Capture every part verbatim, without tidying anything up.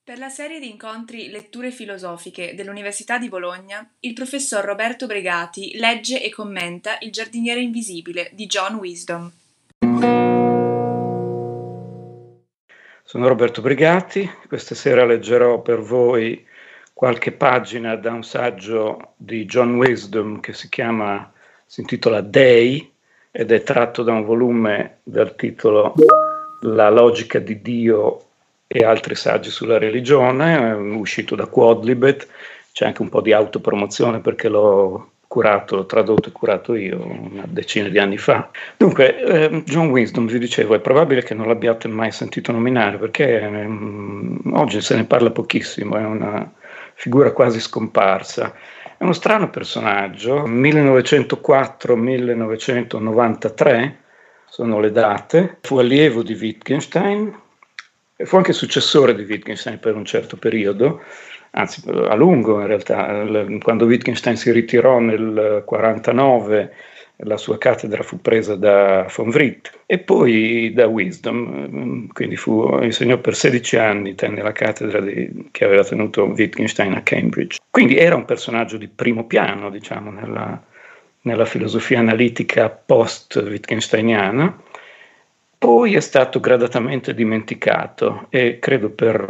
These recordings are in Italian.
Per la serie di incontri Letture filosofiche dell'Università di Bologna, il professor Roberto Bregati legge e commenta Il giardiniere invisibile di John Wisdom. Sono Roberto Bregati, questa sera leggerò per voi qualche pagina da un saggio di John Wisdom che si chiama, si intitola Dei ed è tratto da un volume dal titolo La logica di Dio e altri saggi sulla religione, è uscito da Quodlibet. C'è anche un po' di autopromozione perché l'ho curato, l'ho tradotto e curato io una decina di anni fa. Dunque, eh, John Wisdom, vi dicevo, è probabile che non l'abbiate mai sentito nominare perché ehm, oggi se ne parla pochissimo, è una figura quasi scomparsa. È uno strano personaggio, millenovecentoquattro millenovecentonovantatré sono le date, fu allievo di Wittgenstein, fu anche successore di Wittgenstein per un certo periodo, anzi a lungo in realtà. Quando Wittgenstein si ritirò nel quarantanove la sua cattedra fu presa da von Wright e poi da Wisdom, quindi fu, insegnò per sedici anni, tenne la cattedra di, che aveva tenuto Wittgenstein a Cambridge. Quindi era un personaggio di primo piano, diciamo, nella, nella filosofia analitica post-wittgensteiniana. Poi è stato gradatamente dimenticato e credo per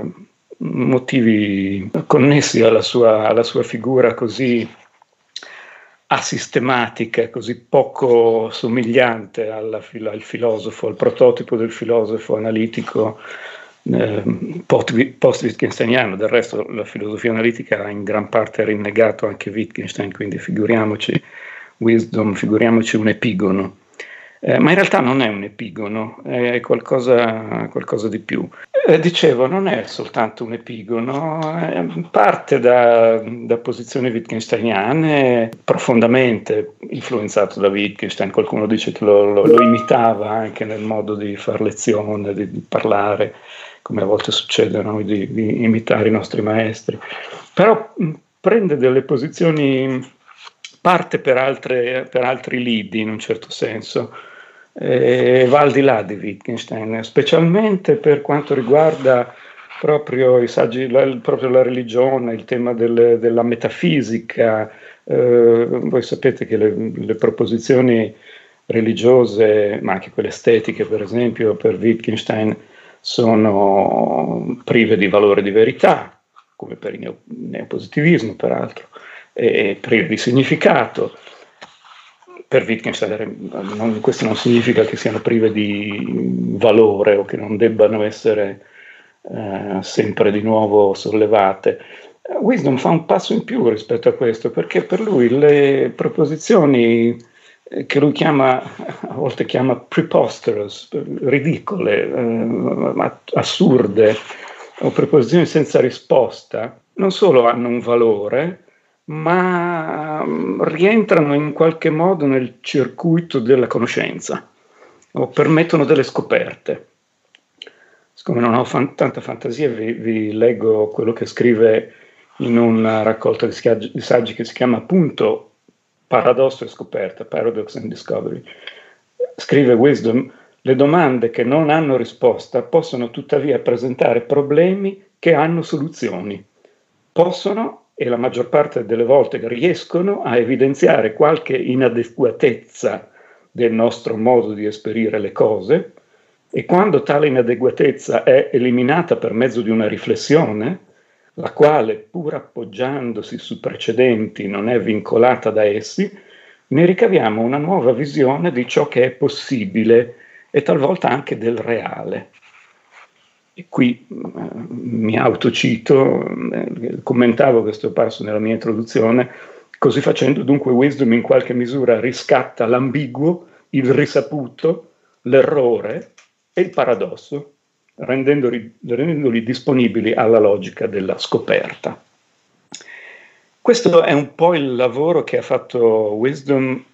motivi connessi alla sua, alla sua figura così asistematica, così poco somigliante alla, al filosofo, al prototipo del filosofo analitico eh, post-wittgensteiniano. Del resto la filosofia analitica ha in gran parte rinnegato anche Wittgenstein, quindi figuriamoci Wisdom, figuriamoci un epigono. Eh, ma in realtà non è un epigono, è qualcosa, qualcosa di più. Eh, dicevo, non è soltanto un epigono, eh, parte da, da posizioni wittgensteiniane, profondamente influenzato da Wittgenstein. Qualcuno dice che lo, lo, lo imitava anche nel modo di far lezione, di, di parlare, come a volte succede a noi di, di imitare i nostri maestri. Però mh, prende delle posizioni, parte per, altre, per altri lidi in un certo senso. Eh, va al di là di Wittgenstein, specialmente per quanto riguarda proprio i saggi, la, proprio la religione, il tema del, della metafisica. Eh, voi sapete che le, le proposizioni religiose, ma anche quelle estetiche per esempio, per Wittgenstein sono prive di valore di verità, come per il neopositivismo peraltro, e prive di significato. Per Wittgenstein non, questo non significa che siano prive di valore o che non debbano essere eh, sempre di nuovo sollevate. Wisdom fa un passo in più rispetto a questo, perché per lui le proposizioni che lui chiama, a volte chiama preposterous, ridicole, eh, assurde, o preposizioni senza risposta, non solo hanno un valore, ma rientrano in qualche modo nel circuito della conoscenza o permettono delle scoperte. Siccome non ho fan- tanta fantasia, vi, vi leggo quello che scrive in una raccolta di, saggi, di saggi che si chiama appunto Paradosso e scoperta, Paradox and Discovery. Scrive Wisdom: le domande che non hanno risposta possono tuttavia presentare problemi che hanno soluzioni. Possono, e la maggior parte delle volte riescono, a evidenziare qualche inadeguatezza del nostro modo di esperire le cose, e quando tale inadeguatezza è eliminata per mezzo di una riflessione, la quale, pur appoggiandosi su precedenti, non è vincolata da essi, ne ricaviamo una nuova visione di ciò che è possibile e talvolta anche del reale. E qui eh, mi autocito, eh, commentavo questo passo nella mia introduzione. Così facendo, dunque, Wisdom in qualche misura riscatta l'ambiguo, il risaputo, l'errore e il paradosso, rendendoli, rendendoli disponibili alla logica della scoperta. Questo è un po' il lavoro che ha fatto Wisdom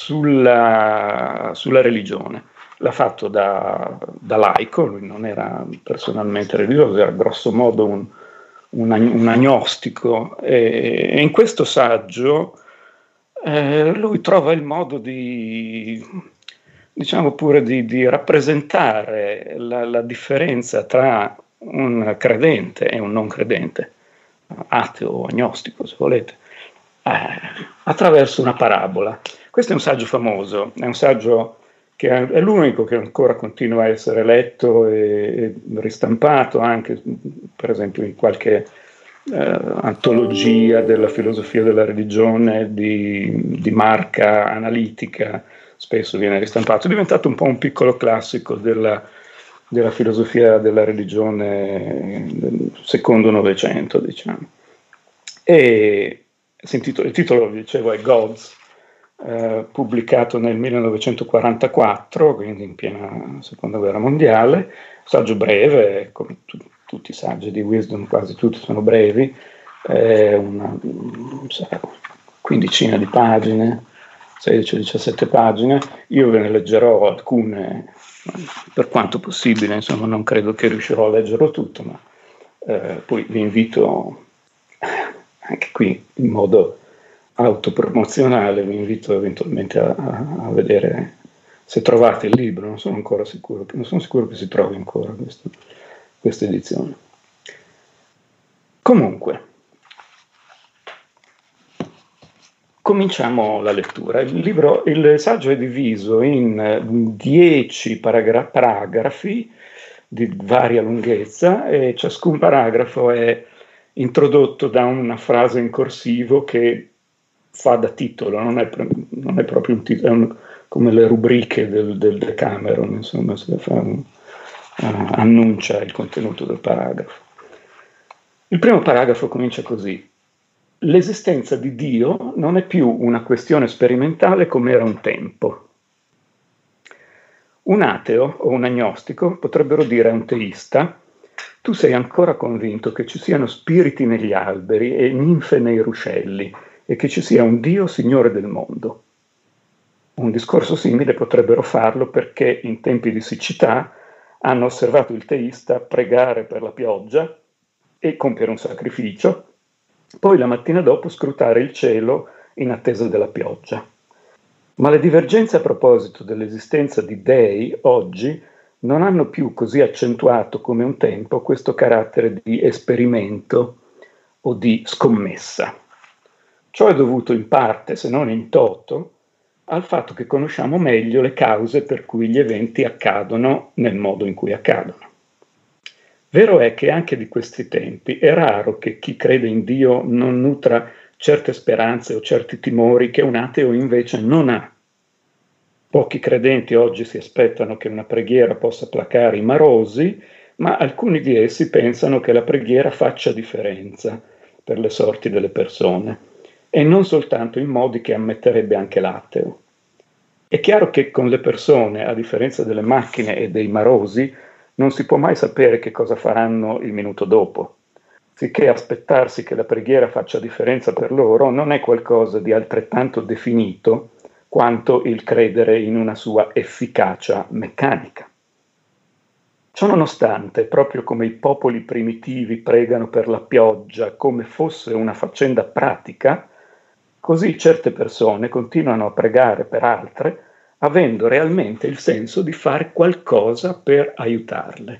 sulla, sulla religione. L'ha fatto da, da laico, lui non era personalmente religioso, era grosso modo un, un, un agnostico, e, e in questo saggio eh, lui trova il modo di, diciamo pure, di, di rappresentare la, la differenza tra un credente e un non credente, ateo o agnostico se volete, eh, attraverso una parabola. Questo è un saggio famoso, è un saggio che è l'unico che ancora continua a essere letto e, e ristampato anche, per esempio, in qualche eh, antologia della filosofia della religione di, di marca analitica, spesso viene ristampato. È diventato un po' un piccolo classico della, della filosofia della religione del secondo Novecento, diciamo. E il titolo, il titolo, dicevo, è Gods, eh, pubblicato nel millenovecentoquarantaquattro, quindi in piena seconda guerra mondiale, saggio breve, come tu, tutti i saggi di Wisdom, quasi tutti sono brevi, eh, una, una quindicina di pagine, sedici diciassette pagine. Io ve ne leggerò alcune, per quanto possibile, insomma non credo che riuscirò a leggerlo tutto, ma eh, poi vi invito anche qui in modo autopromozionale, vi invito eventualmente a, a, a vedere se trovate il libro. Non sono ancora sicuro, non sono sicuro che si trovi ancora questo, questa edizione. Comunque, cominciamo la lettura. Il libro, il saggio è diviso in dieci paragra- paragrafi di varia lunghezza e ciascun paragrafo è introdotto da una frase in corsivo che fa da titolo, non è, non è proprio un titolo, è un, come le rubriche del, del Decameron, insomma, si fa un, uh, annuncia il contenuto del paragrafo. Il primo paragrafo comincia così: l'esistenza di Dio non è più una questione sperimentale come era un tempo. Un ateo o un agnostico potrebbero dire a un teista: tu sei ancora convinto che ci siano spiriti negli alberi e ninfe nei ruscelli e che ci sia un Dio Signore del mondo. Un discorso simile potrebbero farlo perché in tempi di siccità hanno osservato il teista pregare per la pioggia e compiere un sacrificio, poi la mattina dopo scrutare il cielo in attesa della pioggia. Ma le divergenze a proposito dell'esistenza di dei oggi non hanno più così accentuato come un tempo questo carattere di esperimento o di scommessa. Ciò è dovuto in parte, se non in toto, al fatto che conosciamo meglio le cause per cui gli eventi accadono nel modo in cui accadono. Vero è che anche di questi tempi è raro che chi crede in Dio non nutra certe speranze o certi timori che un ateo invece non ha. Pochi credenti oggi si aspettano che una preghiera possa placare i marosi, ma alcuni di essi pensano che la preghiera faccia differenza per le sorti delle persone, e non soltanto in modi che ammetterebbe anche l'ateo. È chiaro che con le persone, a differenza delle macchine e dei marosi, non si può mai sapere che cosa faranno il minuto dopo. Sicché aspettarsi che la preghiera faccia differenza per loro non è qualcosa di altrettanto definito quanto il credere in una sua efficacia meccanica. Ciononostante, proprio come i popoli primitivi pregano per la pioggia come fosse una faccenda pratica, così certe persone continuano a pregare per altre, avendo realmente il senso di fare qualcosa per aiutarle.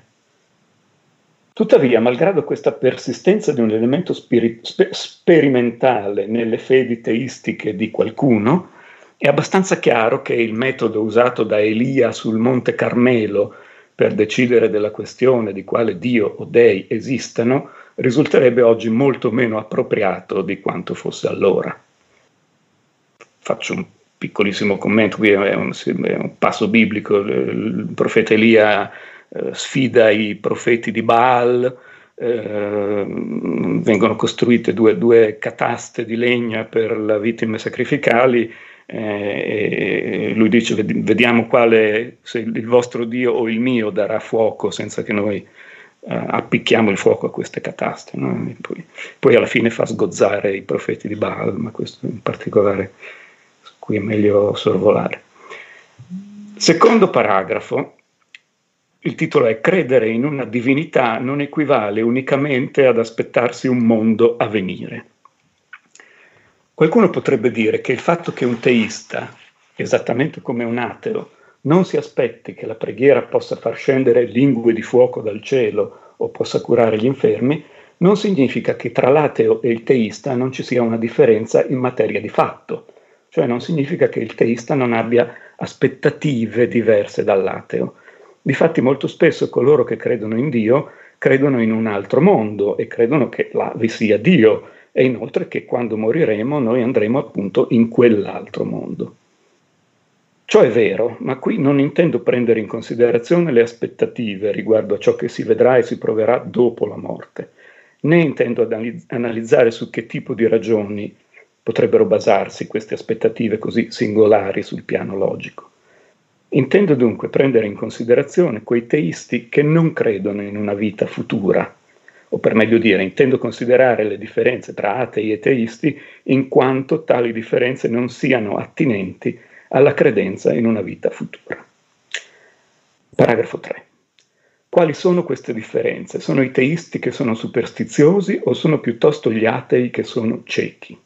Tuttavia, malgrado questa persistenza di un elemento spiri- spe- sperimentale nelle fedi teistiche di qualcuno, è abbastanza chiaro che il metodo usato da Elia sul Monte Carmelo per decidere della questione di quale Dio o dei esistano risulterebbe oggi molto meno appropriato di quanto fosse allora. Faccio un piccolissimo commento, qui è un, è un passo biblico, il profeta Elia eh, sfida i profeti di Baal, eh, vengono costruite due, due cataste di legna per le vittime sacrificali, eh, e lui dice: vediamo quale, se il vostro Dio o il mio darà fuoco senza che noi eh, appicchiamo il fuoco a queste cataste, no? E poi, poi alla fine fa sgozzare i profeti di Baal, ma questo in particolare qui è meglio sorvolare. Secondo paragrafo, il titolo è: credere in una divinità non equivale unicamente ad aspettarsi un mondo a venire. Qualcuno potrebbe dire che il fatto che un teista, esattamente come un ateo, non si aspetti che la preghiera possa far scendere lingue di fuoco dal cielo o possa curare gli infermi, non significa che tra l'ateo e il teista non ci sia una differenza in materia di fatto, cioè non significa che il teista non abbia aspettative diverse dall'ateo. Difatti molto spesso coloro che credono in Dio credono in un altro mondo e credono che là vi sia Dio e inoltre che quando moriremo noi andremo appunto in quell'altro mondo. Ciò è vero, ma qui non intendo prendere in considerazione le aspettative riguardo a ciò che si vedrà e si proverà dopo la morte, né intendo analizzare su che tipo di ragioni potrebbero basarsi queste aspettative così singolari sul piano logico. Intendo dunque prendere in considerazione quei teisti che non credono in una vita futura, o per meglio dire, intendo considerare le differenze tra atei e teisti in quanto tali differenze non siano attinenti alla credenza in una vita futura. Paragrafo tre. Quali sono queste differenze? Sono i teisti che sono superstiziosi o sono piuttosto gli atei che sono ciechi?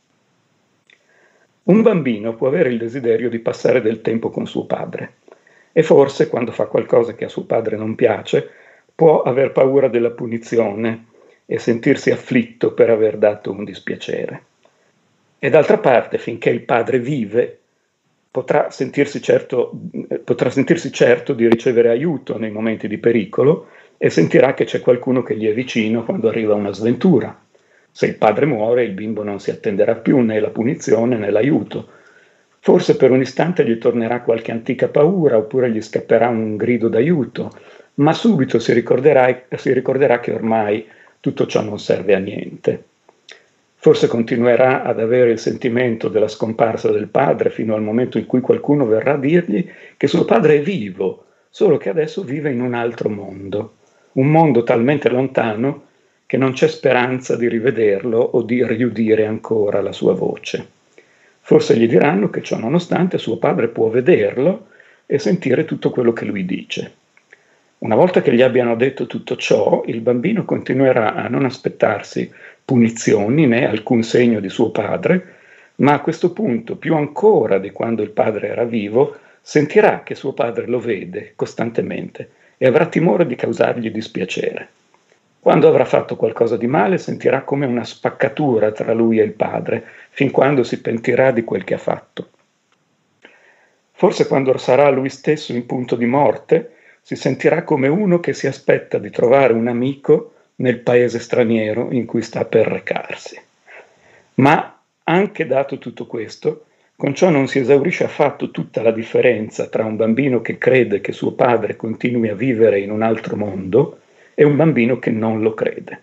Un bambino può avere il desiderio di passare del tempo con suo padre e forse quando fa qualcosa che a suo padre non piace può aver paura della punizione e sentirsi afflitto per aver dato un dispiacere. E d'altra parte, finché il padre vive, potrà sentirsi certo, potrà sentirsi certo di ricevere aiuto nei momenti di pericolo e sentirà che c'è qualcuno che gli è vicino quando arriva una sventura. Se il padre muore, il bimbo non si attenderà più né la punizione né l'aiuto. Forse per un istante gli tornerà qualche antica paura oppure gli scapperà un grido d'aiuto, ma subito si ricorderà, si ricorderà che ormai tutto ciò non serve a niente. Forse continuerà ad avere il sentimento della scomparsa del padre fino al momento in cui qualcuno verrà a dirgli che suo padre è vivo, solo che adesso vive in un altro mondo, un mondo talmente lontano che non c'è speranza di rivederlo o di riudire ancora la sua voce. Forse gli diranno che ciò nonostante suo padre può vederlo e sentire tutto quello che lui dice. Una volta che gli abbiano detto tutto ciò, il bambino continuerà a non aspettarsi punizioni né alcun segno di suo padre, ma a questo punto, più ancora di quando il padre era vivo, sentirà che suo padre lo vede costantemente e avrà timore di causargli dispiacere. Quando avrà fatto qualcosa di male, sentirà come una spaccatura tra lui e il padre, fin quando si pentirà di quel che ha fatto. Forse quando sarà lui stesso in punto di morte, si sentirà come uno che si aspetta di trovare un amico nel paese straniero in cui sta per recarsi. Ma, anche dato tutto questo, con ciò non si esaurisce affatto tutta la differenza tra un bambino che crede che suo padre continui a vivere in un altro mondo e un bambino che non lo crede.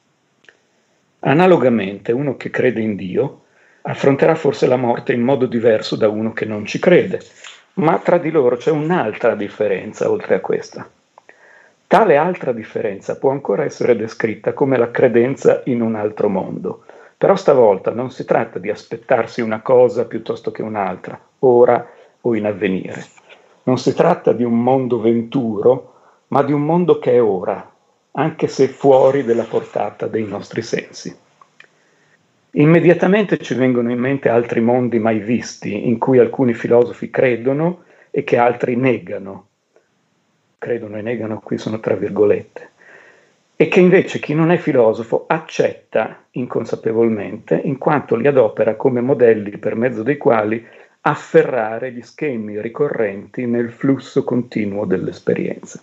Analogamente, uno che crede in Dio affronterà forse la morte in modo diverso da uno che non ci crede, ma tra di loro c'è un'altra differenza oltre a questa. Tale altra differenza può ancora essere descritta come la credenza in un altro mondo, però stavolta non si tratta di aspettarsi una cosa piuttosto che un'altra, ora o in avvenire. Non si tratta di un mondo venturo, ma di un mondo che è ora, anche se fuori della portata dei nostri sensi. Immediatamente ci vengono in mente altri mondi mai visti, in cui alcuni filosofi credono e che altri negano. Credono e negano, qui sono tra virgolette. E che invece chi non è filosofo accetta inconsapevolmente, in quanto li adopera come modelli per mezzo dei quali afferrare gli schemi ricorrenti nel flusso continuo dell'esperienza.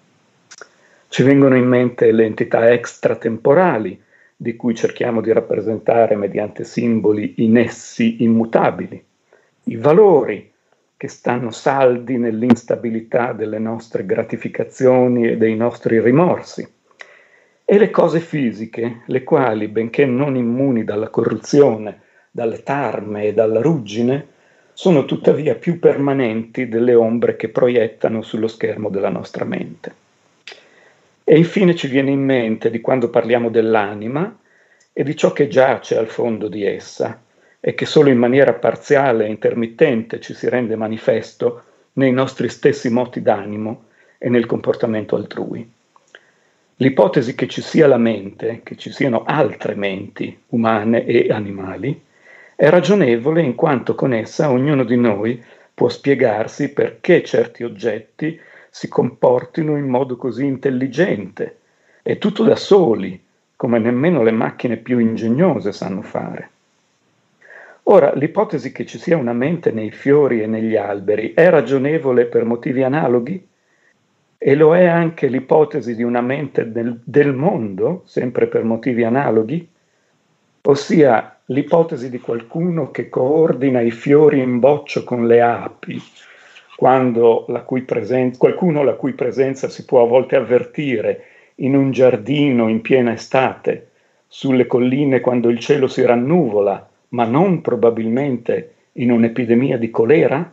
Ci vengono in mente le entità extratemporali, di cui cerchiamo di rappresentare mediante simboli in essi immutabili, i valori che stanno saldi nell'instabilità delle nostre gratificazioni e dei nostri rimorsi, e le cose fisiche, le quali, benché non immuni dalla corruzione, dalle tarme e dalla ruggine, sono tuttavia più permanenti delle ombre che proiettano sullo schermo della nostra mente. E infine ci viene in mente di quando parliamo dell'anima e di ciò che giace al fondo di essa e che solo in maniera parziale e intermittente ci si rende manifesto nei nostri stessi moti d'animo e nel comportamento altrui. L'ipotesi che ci sia la mente, che ci siano altre menti umane e animali, è ragionevole in quanto con essa ognuno di noi può spiegarsi perché certi oggetti si comportino in modo così intelligente, è tutto da soli, come nemmeno le macchine più ingegnose sanno fare. Ora, l'ipotesi che ci sia una mente nei fiori e negli alberi è ragionevole per motivi analoghi? E lo è anche l'ipotesi di una mente del, del mondo, sempre per motivi analoghi? Ossia l'ipotesi di qualcuno che coordina i fiori in boccio con le api, quando la cui presen- qualcuno la cui presenza si può a volte avvertire in un giardino in piena estate, sulle colline quando il cielo si rannuvola, ma non probabilmente in un'epidemia di colera?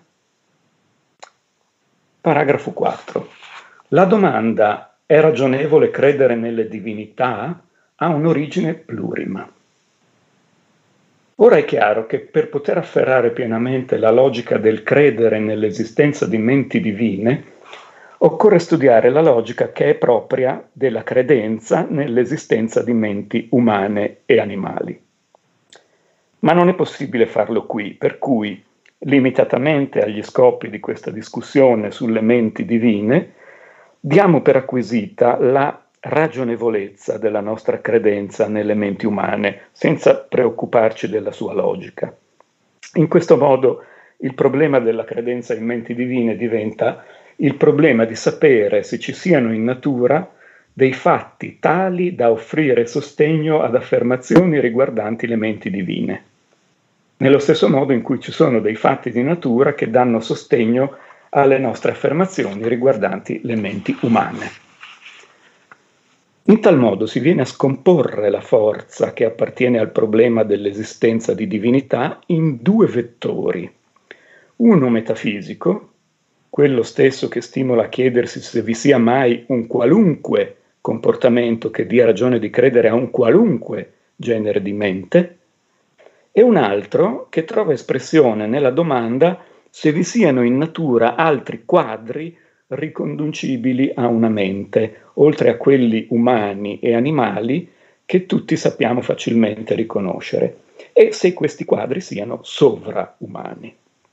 Paragrafo quattro. La domanda «è ragionevole credere nelle divinità?» ha un'origine plurima. Ora è chiaro che per poter afferrare pienamente la logica del credere nell'esistenza di menti divine, occorre studiare la logica che è propria della credenza nell'esistenza di menti umane e animali. Ma non è possibile farlo qui, per cui, limitatamente agli scopi di questa discussione sulle menti divine, diamo per acquisita la ragionevolezza della nostra credenza nelle menti umane, senza preoccuparci della sua logica. In questo modo il problema della credenza in menti divine diventa il problema di sapere se ci siano in natura dei fatti tali da offrire sostegno ad affermazioni riguardanti le menti divine, nello stesso modo in cui ci sono dei fatti di natura che danno sostegno alle nostre affermazioni riguardanti le menti umane. In tal modo si viene a scomporre la forza che appartiene al problema dell'esistenza di divinità in due vettori. Uno metafisico, quello stesso che stimola a chiedersi se vi sia mai un qualunque comportamento che dia ragione di credere a un qualunque genere di mente, e un altro che trova espressione nella domanda se vi siano in natura altri quadri riconducibili a una mente, oltre a quelli umani e animali che tutti sappiamo facilmente riconoscere, e se questi quadri siano sovraumani.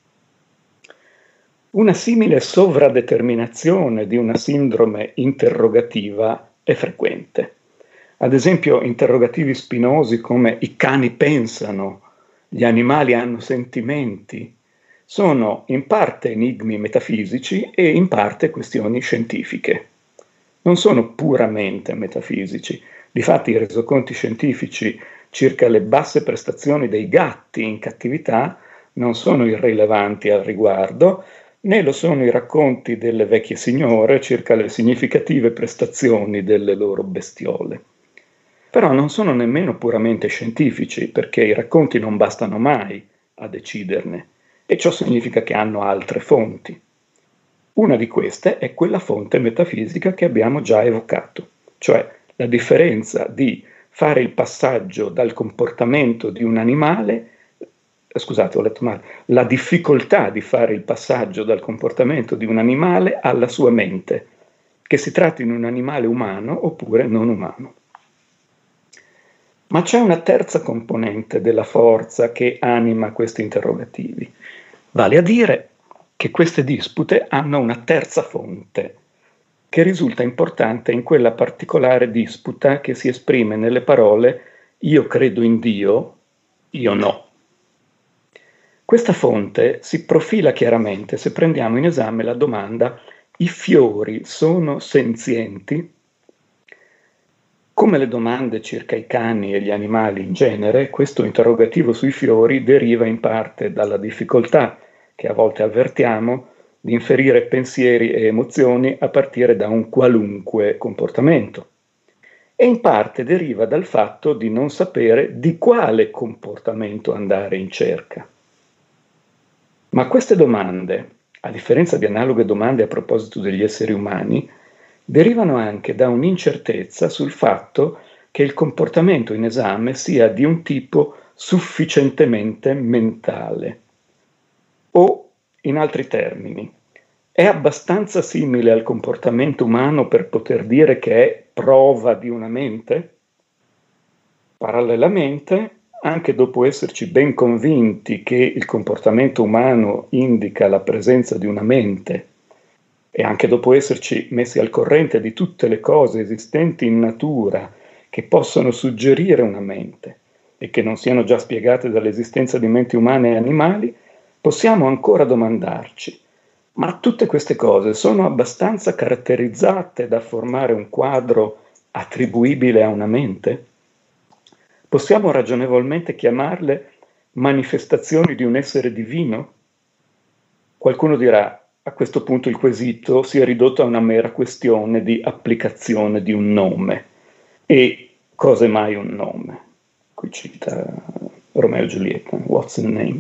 Una simile sovradeterminazione di una sindrome interrogativa è frequente. Ad esempio, interrogativi spinosi come i cani pensano, gli animali hanno sentimenti, sono in parte enigmi metafisici e in parte questioni scientifiche. Non sono puramente metafisici. Difatti i resoconti scientifici circa le basse prestazioni dei gatti in cattività non sono irrilevanti al riguardo, né lo sono i racconti delle vecchie signore circa le significative prestazioni delle loro bestiole. Però non sono nemmeno puramente scientifici, perché i racconti non bastano mai a deciderne, e ciò significa che hanno altre fonti. Una di queste è quella fonte metafisica che abbiamo già evocato, cioè la differenza di fare il passaggio dal comportamento di un animale, scusate, ho letto male, la difficoltà di fare il passaggio dal comportamento di un animale alla sua mente, che si tratti di un animale umano oppure non umano. Ma c'è una terza componente della forza che anima questi interrogativi, vale a dire che queste dispute hanno una terza fonte, che risulta importante in quella particolare disputa che si esprime nelle parole «io credo in Dio, io no». Questa fonte si profila chiaramente se prendiamo in esame la domanda «i fiori sono senzienti?» Come le domande circa i cani e gli animali in genere, questo interrogativo sui fiori deriva in parte dalla difficoltà che a volte avvertiamo di inferire pensieri e emozioni a partire da un qualunque comportamento, e in parte deriva dal fatto di non sapere di quale comportamento andare in cerca. Ma queste domande, a differenza di analoghe domande a proposito degli esseri umani, derivano anche da un'incertezza sul fatto che il comportamento in esame sia di un tipo sufficientemente mentale. O, in altri termini, è abbastanza simile al comportamento umano per poter dire che è prova di una mente? Parallelamente, anche dopo esserci ben convinti che il comportamento umano indica la presenza di una mente e anche dopo esserci messi al corrente di tutte le cose esistenti in natura che possono suggerire una mente e che non siano già spiegate dall'esistenza di menti umane e animali, possiamo ancora domandarci: ma tutte queste cose sono abbastanza caratterizzate da formare un quadro attribuibile a una mente? Possiamo ragionevolmente chiamarle manifestazioni di un essere divino? Qualcuno dirà: a questo punto il quesito si è ridotto a una mera questione di applicazione di un nome. E cos'è mai un nome? Qui cita Romeo e Giulietta, what's a name?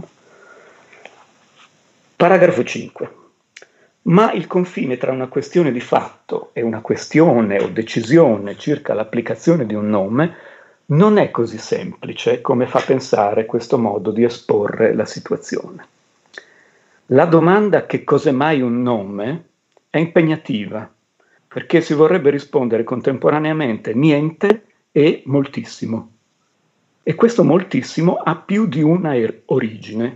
Paragrafo cinque. Ma il confine tra una questione di fatto e una questione o decisione circa l'applicazione di un nome non è così semplice come fa pensare questo modo di esporre la situazione. La domanda che cos'è mai un nome è impegnativa, perché si vorrebbe rispondere contemporaneamente niente e moltissimo. E questo moltissimo ha più di una er- origine.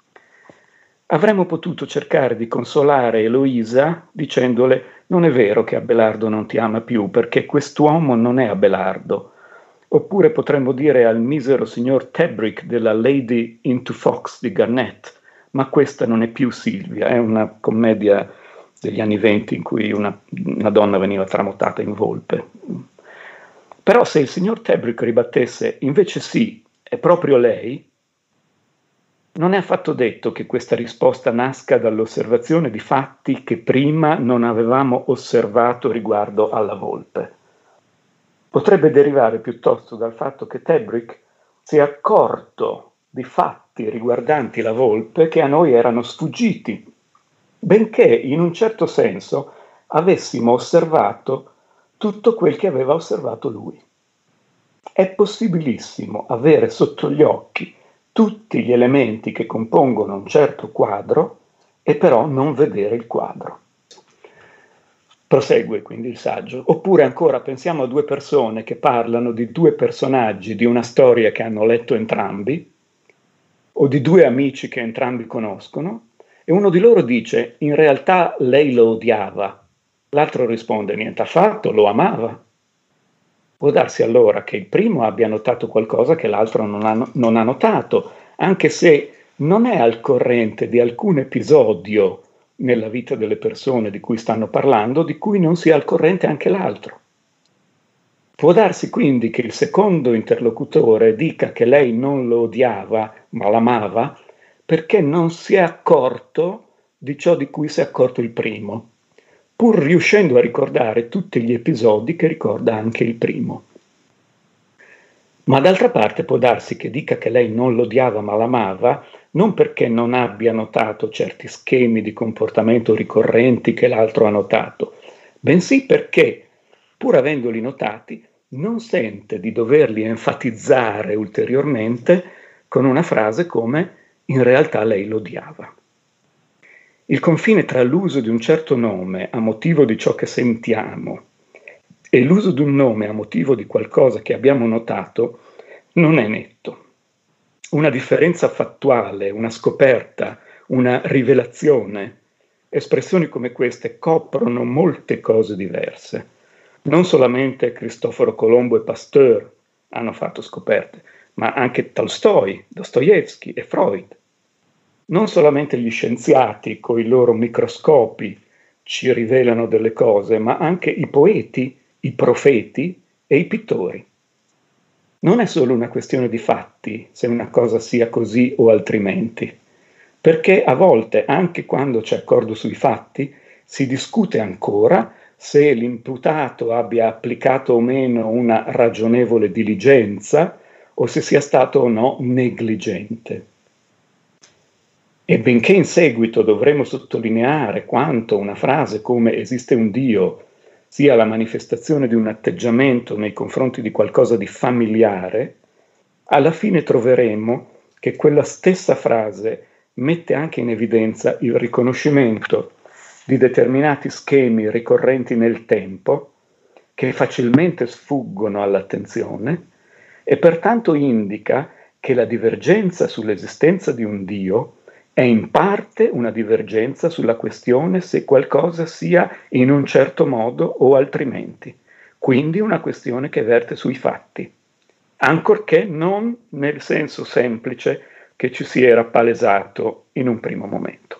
Avremmo potuto cercare di consolare Eloisa dicendole: non è vero che Abelardo non ti ama più, perché quest'uomo non è Abelardo. Oppure potremmo dire al misero signor Tebrick della Lady into Fox di Garnett: ma questa non è più Silvia, è una commedia degli anni venti in cui una, una donna veniva tramutata in volpe. Però se il signor Tebrick ribattesse: invece sì, è proprio lei, non è affatto detto che questa risposta nasca dall'osservazione di fatti che prima non avevamo osservato riguardo alla volpe. Potrebbe derivare piuttosto dal fatto che Tebrick si è accorto di fatti riguardanti la volpe che a noi erano sfuggiti, benché in un certo senso avessimo osservato tutto quel che aveva osservato lui. È possibilissimo avere sotto gli occhi tutti gli elementi che compongono un certo quadro e però non vedere il quadro. Prosegue quindi il saggio. Oppure ancora pensiamo a due persone che parlano di due personaggi di una storia che hanno letto entrambi, o di due amici che entrambi conoscono, e uno di loro dice: in realtà lei lo odiava, l'altro risponde: niente affatto, lo amava. Può darsi allora che il primo abbia notato qualcosa che l'altro non ha, non ha notato, anche se non è al corrente di alcun episodio nella vita delle persone di cui stanno parlando, di cui non sia al corrente anche l'altro. Può darsi quindi che il secondo interlocutore dica che lei non lo odiava, ma l'amava, perché non si è accorto di ciò di cui si è accorto il primo, pur riuscendo a ricordare tutti gli episodi che ricorda anche il primo. Ma d'altra parte può darsi che dica che lei non lo odiava ma l'amava, non perché non abbia notato certi schemi di comportamento ricorrenti che l'altro ha notato, bensì perché, pur avendoli notati, non sente di doverli enfatizzare ulteriormente con una frase come «in realtà lei lo odiava». Il confine tra l'uso di un certo nome a motivo di ciò che sentiamo e l'uso di un nome a motivo di qualcosa che abbiamo notato non è netto. Una differenza fattuale, una scoperta, una rivelazione, espressioni come queste coprono molte cose diverse. Non solamente Cristoforo Colombo e Pasteur hanno fatto scoperte, ma anche Tolstoi, Dostoevsky e Freud. Non solamente gli scienziati con i loro microscopi ci rivelano delle cose, ma anche i poeti, i profeti e i pittori. Non è solo una questione di fatti se una cosa sia così o altrimenti, perché a volte, anche quando c'è accordo sui fatti, si discute ancora se l'imputato abbia applicato o meno una ragionevole diligenza o se sia stato o no negligente. E benché in seguito dovremo sottolineare quanto una frase come esiste un Dio sia la manifestazione di un atteggiamento nei confronti di qualcosa di familiare, alla fine troveremo che quella stessa frase mette anche in evidenza il riconoscimento di determinati schemi ricorrenti nel tempo che facilmente sfuggono all'attenzione e pertanto indica che la divergenza sull'esistenza di un Dio È in parte una divergenza sulla questione se qualcosa sia in un certo modo o altrimenti, quindi una questione che verte sui fatti, ancorché non nel senso semplice che ci si era palesato in un primo momento.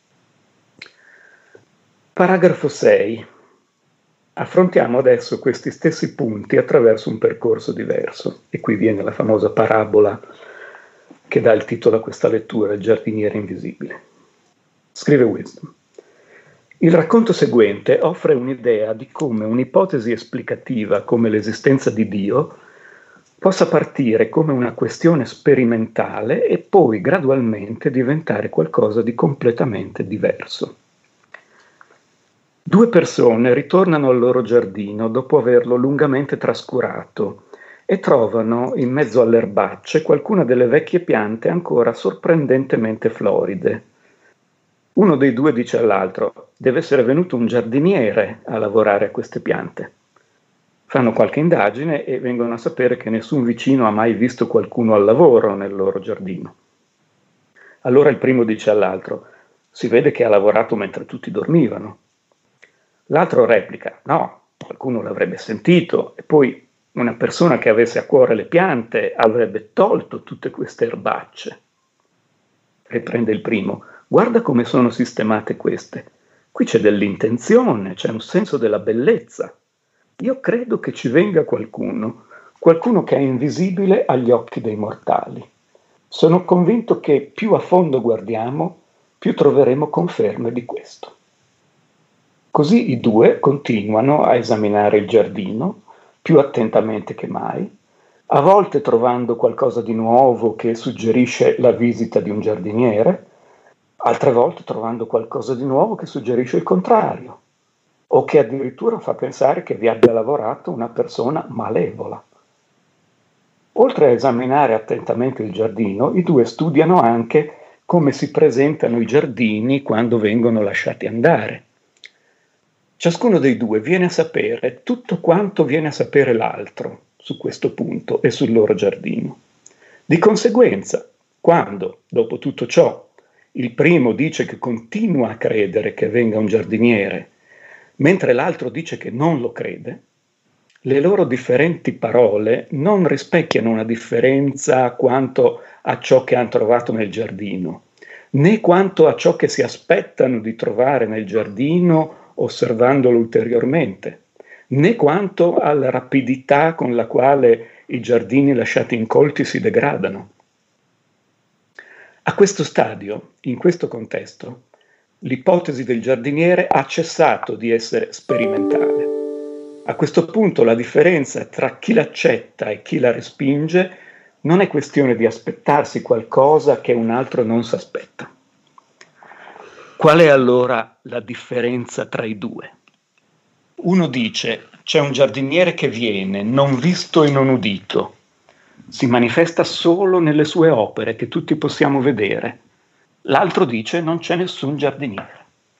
Paragrafo sei. Affrontiamo adesso questi stessi punti attraverso un percorso diverso, e qui viene la famosa parabola che dà il titolo a questa lettura, Il giardiniere invisibile. Scrive Wisdom: il racconto seguente offre un'idea di come un'ipotesi esplicativa come l'esistenza di Dio possa partire come una questione sperimentale e poi gradualmente diventare qualcosa di completamente diverso. Due persone ritornano al loro giardino dopo averlo lungamente trascurato e trovano in mezzo alle erbacce qualcuna delle vecchie piante ancora sorprendentemente floride. Uno dei due dice all'altro: deve essere venuto un giardiniere a lavorare a queste piante. Fanno qualche indagine e vengono a sapere che nessun vicino ha mai visto qualcuno al lavoro nel loro giardino. Allora il primo dice all'altro: si vede che ha lavorato mentre tutti dormivano. L'altro replica: no, qualcuno l'avrebbe sentito, e poi una persona che avesse a cuore le piante avrebbe tolto tutte queste erbacce. Riprende il primo: guarda come sono sistemate queste. Qui c'è dell'intenzione, c'è un senso della bellezza. Io credo che ci venga qualcuno, qualcuno che è invisibile agli occhi dei mortali. Sono convinto che più a fondo guardiamo, più troveremo conferme di questo. Così i due continuano a esaminare il giardino, più attentamente che mai, a volte trovando qualcosa di nuovo che suggerisce la visita di un giardiniere, altre volte trovando qualcosa di nuovo che suggerisce il contrario, o che addirittura fa pensare che vi abbia lavorato una persona malevola. Oltre a esaminare attentamente il giardino, i due studiano anche come si presentano i giardini quando vengono lasciati andare. Ciascuno dei due viene a sapere tutto quanto viene a sapere l'altro su questo punto e sul loro giardino. Di conseguenza, quando, dopo tutto ciò, il primo dice che continua a credere che venga un giardiniere, mentre l'altro dice che non lo crede, le loro differenti parole non rispecchiano una differenza quanto a ciò che hanno trovato nel giardino, né quanto a ciò che si aspettano di trovare nel giardino osservandolo ulteriormente, né quanto alla rapidità con la quale i giardini lasciati incolti si degradano. A questo stadio, in questo contesto, l'ipotesi del giardiniere ha cessato di essere sperimentale. A questo punto la differenza tra chi l'accetta e chi la respinge non è questione di aspettarsi qualcosa che un altro non si aspetta. Qual è allora la differenza tra i due? Uno dice: c'è un giardiniere che viene, non visto e non udito. Si manifesta solo nelle sue opere che tutti possiamo vedere. L'altro dice: non c'è nessun giardiniere.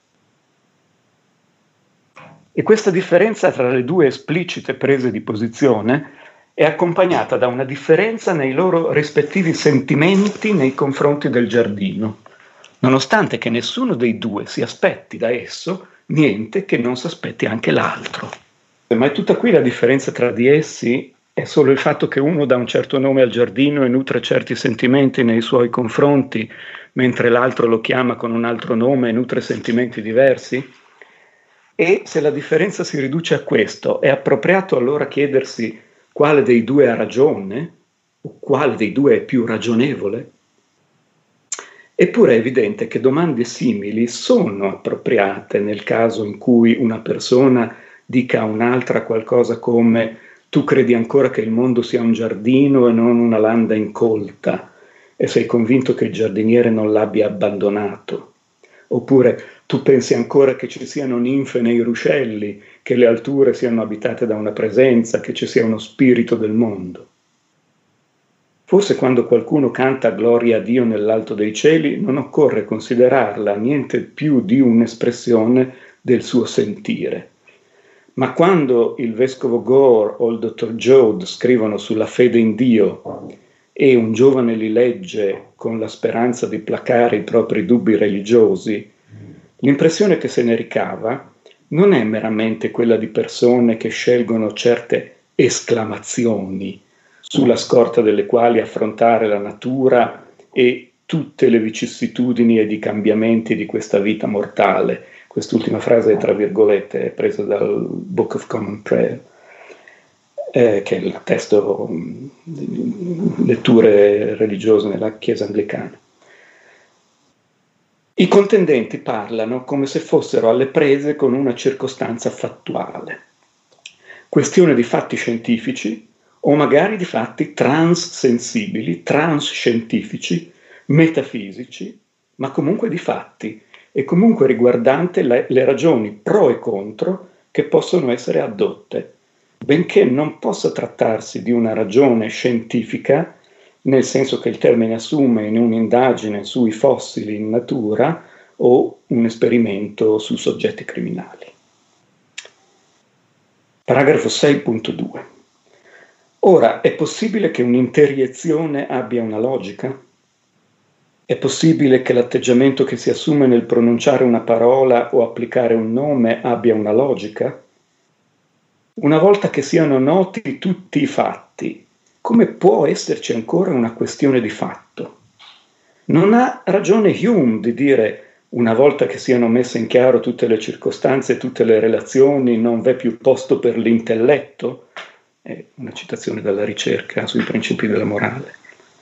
E questa differenza tra le due esplicite prese di posizione è accompagnata da una differenza nei loro rispettivi sentimenti nei confronti del giardino, nonostante che nessuno dei due si aspetti da esso niente che non si aspetti anche l'altro. Ma è tutta qui la differenza tra di essi. È solo il fatto che uno dà un certo nome al giardino e nutre certi sentimenti nei suoi confronti, mentre l'altro lo chiama con un altro nome e nutre sentimenti diversi? E se la differenza si riduce a questo, è appropriato allora chiedersi quale dei due ha ragione o quale dei due è più ragionevole? Eppure è evidente che domande simili sono appropriate nel caso in cui una persona dica a un'altra qualcosa come: tu credi ancora che il mondo sia un giardino e non una landa incolta, e sei convinto che il giardiniere non l'abbia abbandonato. Oppure: tu pensi ancora che ci siano ninfe nei ruscelli, che le alture siano abitate da una presenza, che ci sia uno spirito del mondo. Forse quando qualcuno canta gloria a Dio nell'alto dei cieli, non occorre considerarla niente più di un'espressione del suo sentire. Ma quando il vescovo Gore o il dottor Joad scrivono sulla fede in Dio e un giovane li legge con la speranza di placare i propri dubbi religiosi, l'impressione che se ne ricava non è meramente quella di persone che scelgono certe esclamazioni sulla scorta delle quali affrontare la natura e tutte le vicissitudini ed i cambiamenti di questa vita mortale. Quest'ultima frase, tra virgolette, è presa dal Book of Common Prayer, eh, che è il testo di letture religiose nella Chiesa anglicana. I contendenti parlano come se fossero alle prese con una circostanza fattuale, questione di fatti scientifici o magari di fatti transsensibili, transscientifici, metafisici, ma comunque di fatti e comunque riguardante le, le ragioni pro e contro che possono essere addotte, benché non possa trattarsi di una ragione scientifica, nel senso che il termine assume in un'indagine sui fossili in natura o un esperimento su soggetti criminali. Paragrafo sei punto due. Ora, è possibile che un'interiezione abbia una logica? È possibile che l'atteggiamento che si assume nel pronunciare una parola o applicare un nome abbia una logica? Una volta che siano noti tutti i fatti, come può esserci ancora una questione di fatto? Non ha ragione Hume di dire una volta che siano messe in chiaro tutte le circostanze e tutte le relazioni non v'è più posto per l'intelletto? È una citazione dalla ricerca sui principi della morale.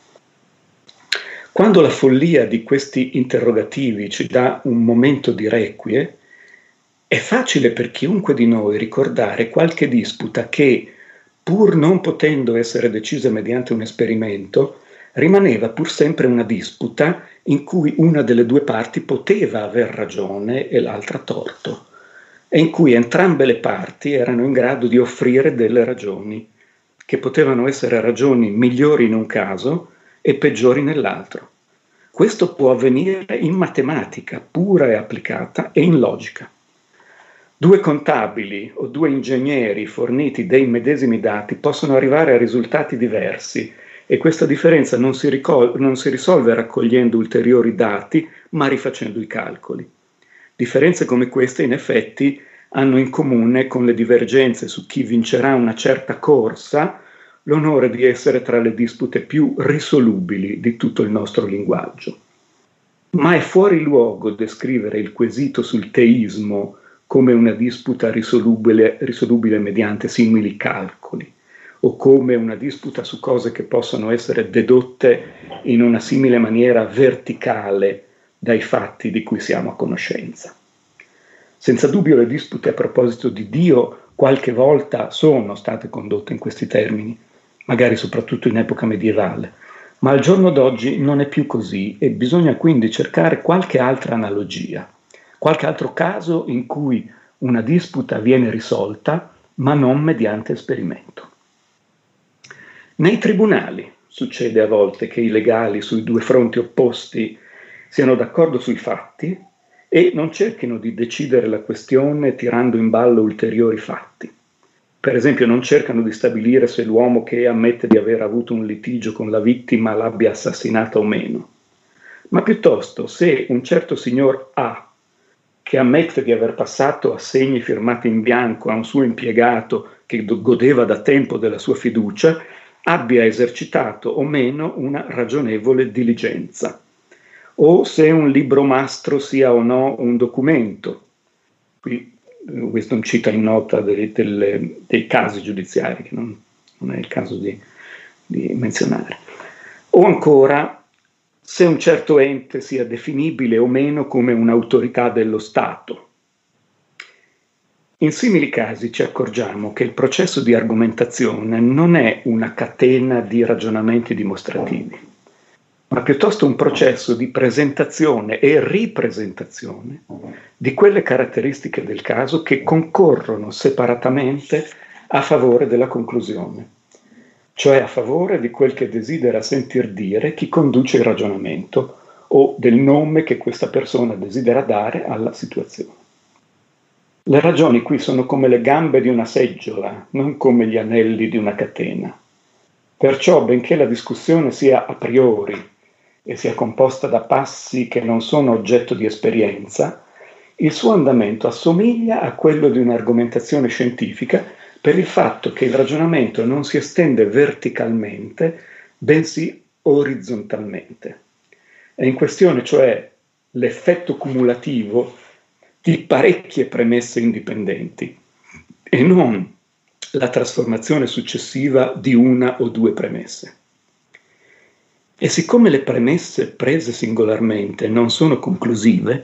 Quando la follia di questi interrogativi ci dà un momento di requie, è facile per chiunque di noi ricordare qualche disputa che, pur non potendo essere decisa mediante un esperimento, rimaneva pur sempre una disputa in cui una delle due parti poteva aver ragione e l'altra torto, e in cui entrambe le parti erano in grado di offrire delle ragioni, che potevano essere ragioni migliori in un caso e peggiori nell'altro. Questo può avvenire in matematica pura e applicata e in logica. Due contabili o due ingegneri forniti dei medesimi dati possono arrivare a risultati diversi e questa differenza non si, ricol- non si risolve raccogliendo ulteriori dati, ma rifacendo i calcoli. Differenze come queste, in effetti, hanno in comune con le divergenze su chi vincerà una certa corsa l'onore di essere tra le dispute più risolubili di tutto il nostro linguaggio. Ma è fuori luogo descrivere il quesito sul teismo come una disputa risolubile, risolubile mediante simili calcoli, o come una disputa su cose che possono essere dedotte in una simile maniera verticale dai fatti di cui siamo a conoscenza. Senza dubbio le dispute a proposito di Dio qualche volta sono state condotte in questi termini, magari soprattutto in epoca medievale, ma al giorno d'oggi non è più così e bisogna quindi cercare qualche altra analogia. Qualche altro caso in cui una disputa viene risolta, ma non mediante esperimento. Nei tribunali succede a volte che i legali sui due fronti opposti siano d'accordo sui fatti e non cerchino di decidere la questione tirando in ballo ulteriori fatti. Per esempio, non cercano di stabilire se l'uomo che ammette di aver avuto un litigio con la vittima l'abbia assassinata o meno, ma piuttosto se un certo signor A, che ammette di aver passato assegni firmati in bianco a un suo impiegato che godeva da tempo della sua fiducia, abbia esercitato o meno una ragionevole diligenza, o se un libro mastro sia o no un documento. Qui Wisdom cita in nota dei, delle, dei casi giudiziari, che non, non è il caso di, di menzionare. O ancora, se un certo ente sia definibile o meno come un'autorità dello Stato. In simili casi ci accorgiamo che il processo di argomentazione non è una catena di ragionamenti dimostrativi, ma piuttosto un processo di presentazione e ripresentazione di quelle caratteristiche del caso che concorrono separatamente a favore della conclusione, cioè a favore di quel che desidera sentir dire chi conduce il ragionamento o del nome che questa persona desidera dare alla situazione. Le ragioni qui sono come le gambe di una seggiola, non come gli anelli di una catena. Perciò, benché la discussione sia a priori e sia composta da passi che non sono oggetto di esperienza, il suo andamento assomiglia a quello di un'argomentazione scientifica per il fatto che il ragionamento non si estende verticalmente, bensì orizzontalmente. È in questione, cioè, l'effetto cumulativo di parecchie premesse indipendenti e non la trasformazione successiva di una o due premesse. E siccome le premesse prese singolarmente non sono conclusive,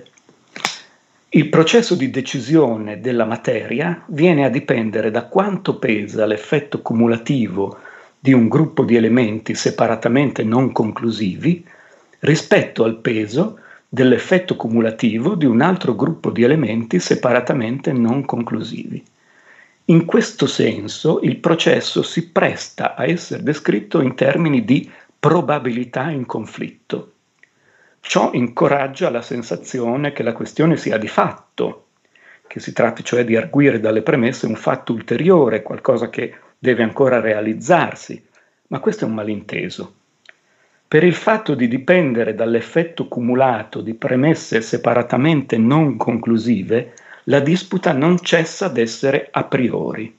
il processo di decisione della materia viene a dipendere da quanto pesa l'effetto cumulativo di un gruppo di elementi separatamente non conclusivi rispetto al peso dell'effetto cumulativo di un altro gruppo di elementi separatamente non conclusivi. In questo senso il processo si presta a essere descritto in termini di probabilità in conflitto. Ciò incoraggia la sensazione che la questione sia di fatto, che si tratti cioè di arguire dalle premesse un fatto ulteriore, qualcosa che deve ancora realizzarsi, ma questo è un malinteso. Per il fatto di dipendere dall'effetto cumulato di premesse separatamente non conclusive, la disputa non cessa d'essere a priori.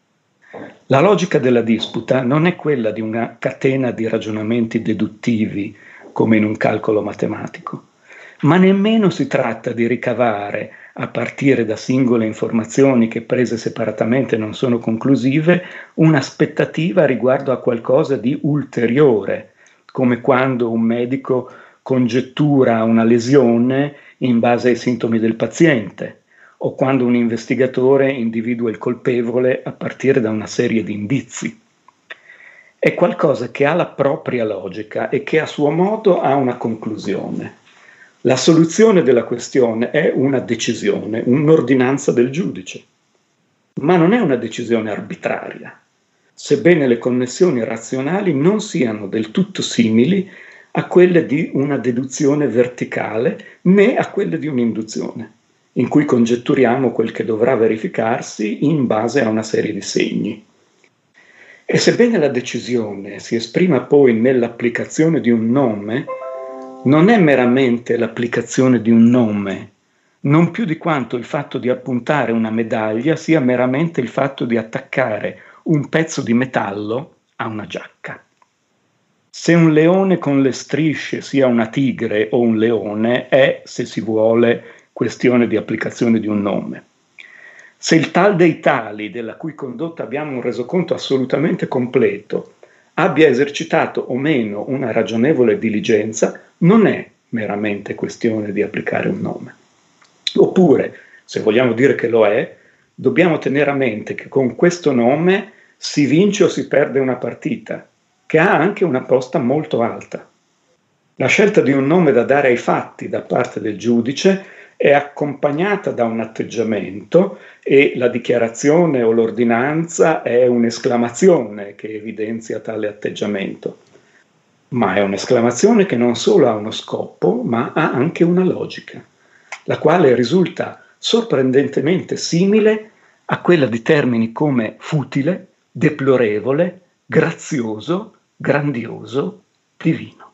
La logica della disputa non è quella di una catena di ragionamenti deduttivi, come in un calcolo matematico, ma nemmeno si tratta di ricavare, a partire da singole informazioni che prese separatamente non sono conclusive, un'aspettativa riguardo a qualcosa di ulteriore, come quando un medico congettura una lesione in base ai sintomi del paziente, o quando un investigatore individua il colpevole a partire da una serie di indizi. È qualcosa che ha la propria logica e che a suo modo ha una conclusione. La soluzione della questione è una decisione, un'ordinanza del giudice, ma non è una decisione arbitraria, sebbene le connessioni razionali non siano del tutto simili a quelle di una deduzione verticale né a quelle di un'induzione, in cui congetturiamo quel che dovrà verificarsi in base a una serie di segni. E sebbene la decisione si esprima poi nell'applicazione di un nome, non è meramente l'applicazione di un nome, non più di quanto il fatto di appuntare una medaglia sia meramente il fatto di attaccare un pezzo di metallo a una giacca. Se un leone con le strisce sia una tigre o un leone è, se si vuole, questione di applicazione di un nome. Se il tal dei tali, della cui condotta abbiamo un resoconto assolutamente completo, abbia esercitato o meno una ragionevole diligenza, non è meramente questione di applicare un nome. Oppure, se vogliamo dire che lo è, dobbiamo tenere a mente che con questo nome si vince o si perde una partita, che ha anche una posta molto alta. La scelta di un nome da dare ai fatti da parte del giudice è accompagnata da un atteggiamento e la dichiarazione o l'ordinanza è un'esclamazione che evidenzia tale atteggiamento. Ma è un'esclamazione che non solo ha uno scopo, ma ha anche una logica, la quale risulta sorprendentemente simile a quella di termini come futile, deplorevole, grazioso, grandioso, divino.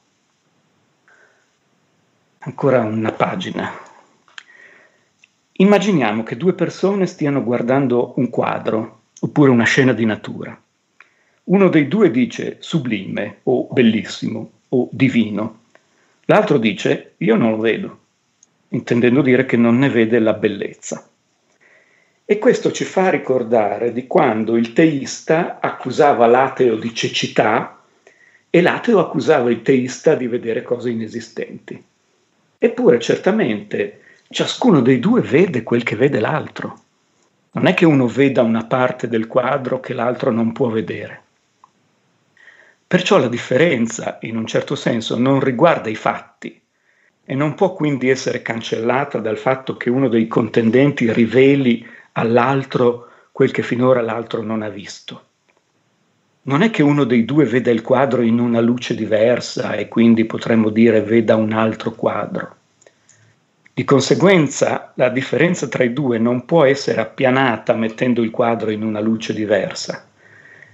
Ancora una pagina. Immaginiamo che due persone stiano guardando un quadro oppure una scena di natura. Uno dei due dice sublime o bellissimo o divino. L'altro dice io non lo vedo, intendendo dire che non ne vede la bellezza. E questo ci fa ricordare di quando il teista accusava l'ateo di cecità e l'ateo accusava il teista di vedere cose inesistenti. Eppure certamente ciascuno dei due vede quel che vede l'altro. Non è che uno veda una parte del quadro che l'altro non può vedere. Perciò la differenza, in un certo senso, non riguarda i fatti e non può quindi essere cancellata dal fatto che uno dei contendenti riveli all'altro quel che finora l'altro non ha visto. Non è che uno dei due veda il quadro in una luce diversa e quindi potremmo dire veda un altro quadro. Di conseguenza, la differenza tra i due non può essere appianata mettendo il quadro in una luce diversa.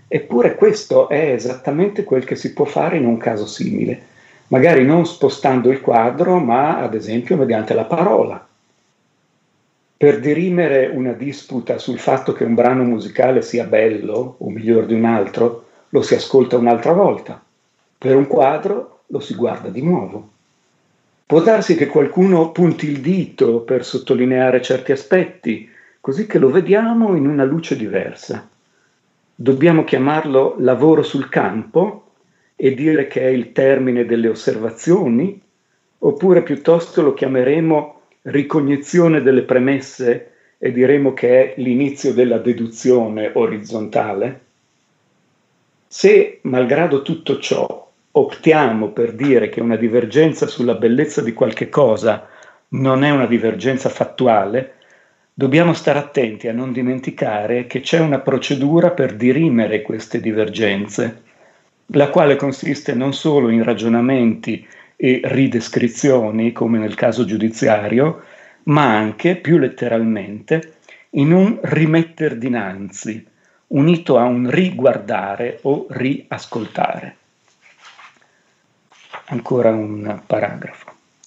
Eppure questo è esattamente quel che si può fare in un caso simile, magari non spostando il quadro, ma ad esempio mediante la parola. Per dirimere una disputa sul fatto che un brano musicale sia bello o miglior di un altro, lo si ascolta un'altra volta. Per un quadro lo si guarda di nuovo. Può darsi che qualcuno punti il dito per sottolineare certi aspetti, così che lo vediamo in una luce diversa. Dobbiamo chiamarlo lavoro sul campo e dire che è il termine delle osservazioni, oppure piuttosto lo chiameremo ricognizione delle premesse e diremo che è l'inizio della deduzione orizzontale? Se, malgrado tutto ciò, optiamo per dire che una divergenza sulla bellezza di qualche cosa non è una divergenza fattuale, dobbiamo stare attenti a non dimenticare che c'è una procedura per dirimere queste divergenze, la quale consiste non solo in ragionamenti e ridescrizioni, come nel caso giudiziario, ma anche, più letteralmente, in un rimetter dinanzi, unito a un riguardare o riascoltare. Ancora un paragrafo.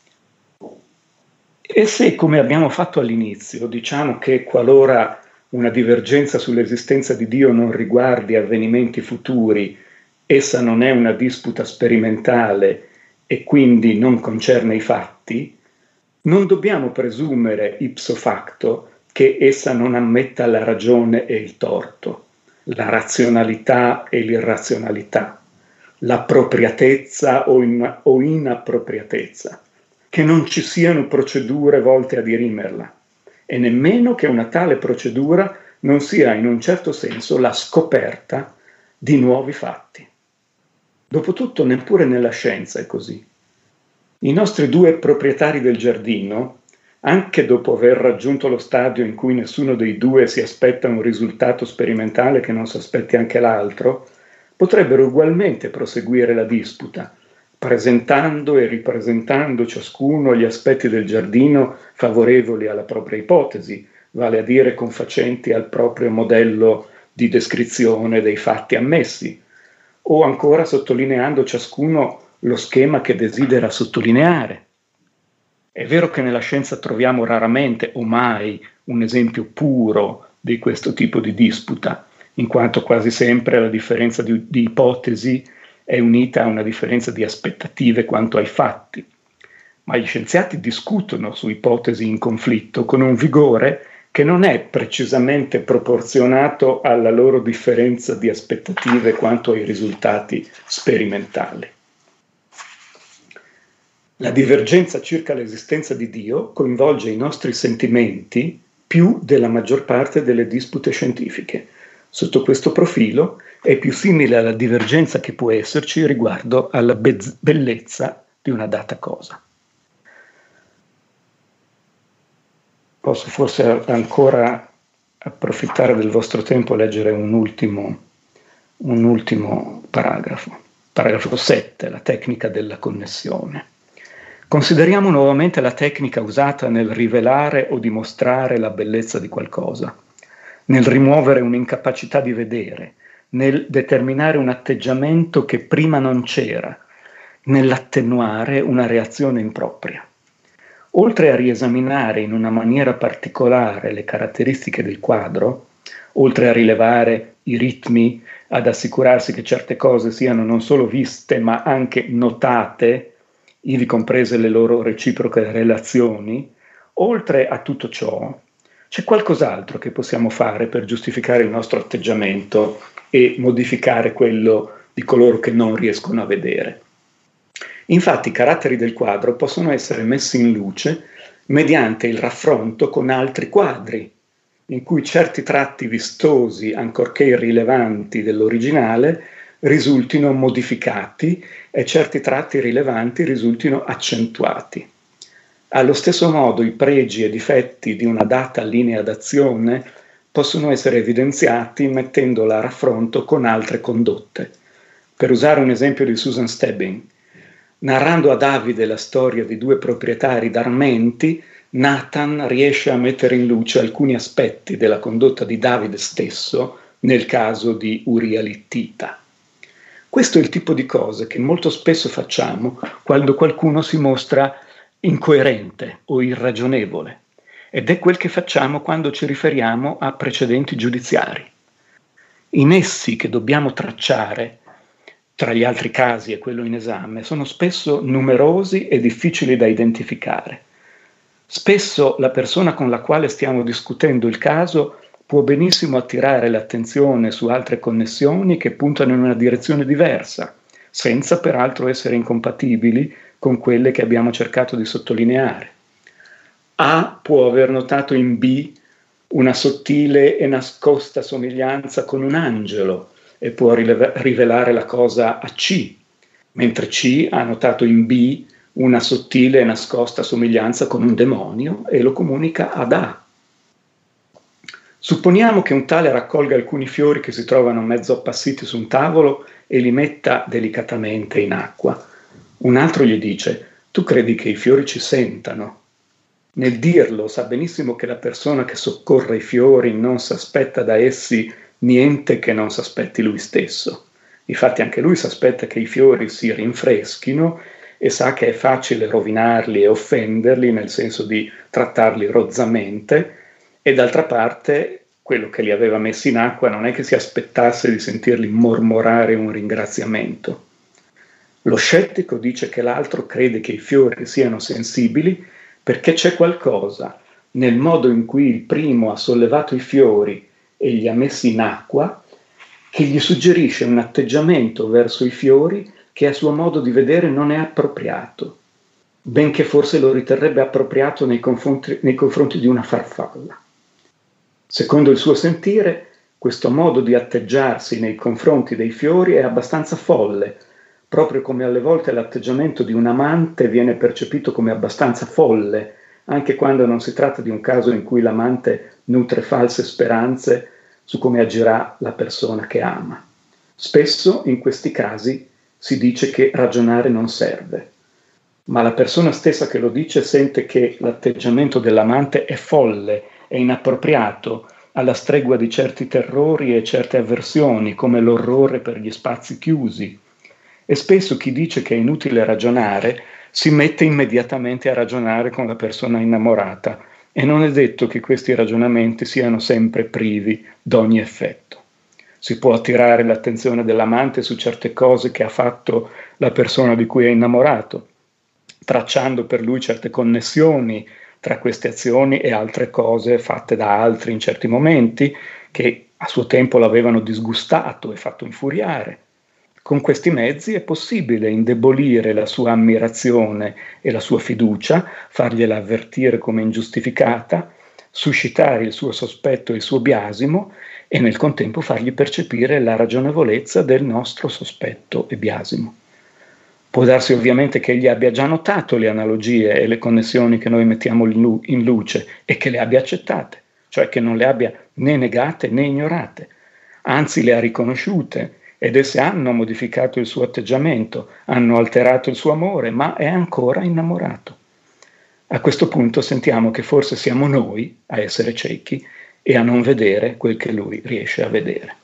E se, come abbiamo fatto all'inizio, diciamo che qualora una divergenza sull'esistenza di Dio non riguardi avvenimenti futuri, essa non è una disputa sperimentale e quindi non concerne i fatti, non dobbiamo presumere ipso facto che essa non ammetta la ragione e il torto, la razionalità e l'irrazionalità, l'appropriatezza o, in, o inappropriatezza, che non ci siano procedure volte a dirimerla e nemmeno che una tale procedura non sia in un certo senso la scoperta di nuovi fatti. Dopotutto neppure nella scienza è così. I nostri due proprietari del giardino, anche dopo aver raggiunto lo stadio in cui nessuno dei due si aspetta un risultato sperimentale che non si aspetti anche l'altro, potrebbero ugualmente proseguire la disputa, presentando e ripresentando ciascuno gli aspetti del giardino favorevoli alla propria ipotesi, vale a dire confacenti al proprio modello di descrizione dei fatti ammessi, o ancora sottolineando ciascuno lo schema che desidera sottolineare. È vero che nella scienza troviamo raramente o mai un esempio puro di questo tipo di disputa, in quanto quasi sempre la differenza di, di ipotesi è unita a una differenza di aspettative quanto ai fatti. Ma gli scienziati discutono su ipotesi in conflitto con un vigore che non è precisamente proporzionato alla loro differenza di aspettative quanto ai risultati sperimentali. La divergenza circa l'esistenza di Dio coinvolge i nostri sentimenti più della maggior parte delle dispute scientifiche. Sotto questo profilo è più simile alla divergenza che può esserci riguardo alla be- bellezza di una data cosa. Posso forse ancora approfittare del vostro tempo e leggere un ultimo, un ultimo paragrafo. Paragrafo sette, la tecnica della connessione. Consideriamo nuovamente la tecnica usata nel rivelare o dimostrare la bellezza di qualcosa, nel rimuovere un'incapacità di vedere, nel determinare un atteggiamento che prima non c'era, nell'attenuare una reazione impropria. Oltre a riesaminare in una maniera particolare le caratteristiche del quadro, oltre a rilevare i ritmi, ad assicurarsi che certe cose siano non solo viste ma anche notate, ivi comprese le loro reciproche relazioni, oltre a tutto ciò, c'è qualcos'altro che possiamo fare per giustificare il nostro atteggiamento e modificare quello di coloro che non riescono a vedere. Infatti i caratteri del quadro possono essere messi in luce mediante il raffronto con altri quadri, in cui certi tratti vistosi, ancorché irrilevanti dell'originale, risultino modificati e certi tratti rilevanti risultino accentuati. Allo stesso modo i pregi e difetti di una data linea d'azione possono essere evidenziati mettendola a raffronto con altre condotte. Per usare un esempio di Susan Stebbing, narrando a Davide la storia di due proprietari d'armenti, Nathan riesce a mettere in luce alcuni aspetti della condotta di Davide stesso nel caso di Uria Littita. Questo è il tipo di cose che molto spesso facciamo quando qualcuno si mostra incoerente o irragionevole, ed è quel che facciamo quando ci riferiamo a precedenti giudiziari. I nessi che dobbiamo tracciare tra gli altri casi e quello in esame sono spesso numerosi e difficili da identificare. Spesso la persona con la quale stiamo discutendo il caso può benissimo attirare l'attenzione su altre connessioni che puntano in una direzione diversa, senza peraltro essere incompatibili con quelle che abbiamo cercato di sottolineare. A può aver notato in B una sottile e nascosta somiglianza con un angelo e può rivelare la cosa a C, mentre C ha notato in B una sottile e nascosta somiglianza con un demonio e lo comunica ad A. Supponiamo che un tale raccolga alcuni fiori che si trovano mezzo appassiti su un tavolo e li metta delicatamente in acqua. Un altro gli dice: tu credi che i fiori ci sentano? Nel dirlo sa benissimo che la persona che soccorre i fiori non si aspetta da essi niente che non si aspetti lui stesso. Infatti anche lui si aspetta che i fiori si rinfreschino e sa che è facile rovinarli e offenderli, nel senso di trattarli rozzamente, e d'altra parte quello che li aveva messi in acqua non è che si aspettasse di sentirli mormorare un ringraziamento. Lo scettico dice che l'altro crede che i fiori siano sensibili perché c'è qualcosa nel modo in cui il primo ha sollevato i fiori e li ha messi in acqua che gli suggerisce un atteggiamento verso i fiori che a suo modo di vedere non è appropriato, benché forse lo riterrebbe appropriato nei confronti, nei confronti di una farfalla. Secondo il suo sentire, questo modo di atteggiarsi nei confronti dei fiori è abbastanza folle, proprio come alle volte l'atteggiamento di un amante viene percepito come abbastanza folle, anche quando non si tratta di un caso in cui l'amante nutre false speranze su come agirà la persona che ama. Spesso in questi casi si dice che ragionare non serve, ma la persona stessa che lo dice sente che l'atteggiamento dell'amante è folle, è inappropriato, alla stregua di certi terrori e certe avversioni, come l'orrore per gli spazi chiusi. E spesso chi dice che è inutile ragionare si mette immediatamente a ragionare con la persona innamorata, e non è detto che questi ragionamenti siano sempre privi d'ogni effetto. Si può attirare l'attenzione dell'amante su certe cose che ha fatto la persona di cui è innamorato, tracciando per lui certe connessioni tra queste azioni e altre cose fatte da altri in certi momenti che a suo tempo l'avevano disgustato e fatto infuriare. Con questi mezzi è possibile indebolire la sua ammirazione e la sua fiducia, fargliela avvertire come ingiustificata, suscitare il suo sospetto e il suo biasimo e nel contempo fargli percepire la ragionevolezza del nostro sospetto e biasimo. Può darsi ovviamente che egli abbia già notato le analogie e le connessioni che noi mettiamo in luce e che le abbia accettate, cioè che non le abbia né negate né ignorate, anzi le ha riconosciute, ed esse hanno modificato il suo atteggiamento, hanno alterato il suo amore, ma è ancora innamorato. A questo punto sentiamo che forse siamo noi a essere ciechi e a non vedere quel che lui riesce a vedere.